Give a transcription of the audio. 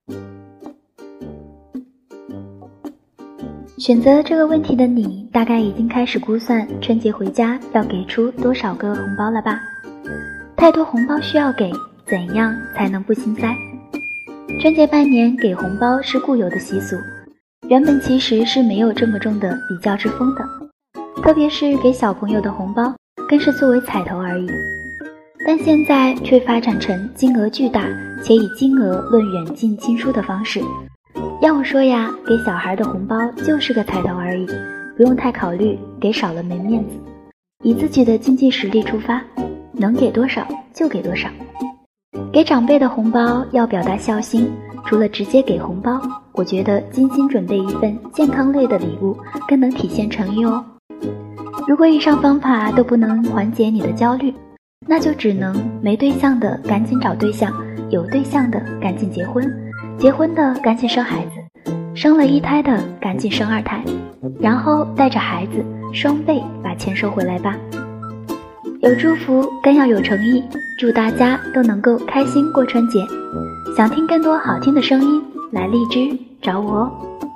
选择这个问题的你，大概已经开始估算春节回家要给出多少个红包了吧？太多红包需要给，怎样才能不心塞？春节拜年给红包是固有的习俗，原本其实是没有这么重的比较之风的，特别是给小朋友的红包，更是作为彩头而已。但现在却发展成金额巨大，且以金额论远近亲疏的方式。要我说呀，给小孩的红包就是个彩头而已，不用太考虑给少了没面子，以自己的经济实力出发，能给多少就给多少。给长辈的红包要表达孝心，除了直接给红包，我觉得精心准备一份健康类的礼物更能体现诚意哦。如果以上方法都不能缓解你的焦虑，那就只能没对象的赶紧找对象，有对象的赶紧结婚，结婚的赶紧生孩子，生了一胎的赶紧生二胎，然后带着孩子双倍把钱收回来吧。有祝福更要有诚意，祝大家都能够开心过春节。想听更多好听的声音，来荔枝找我哦。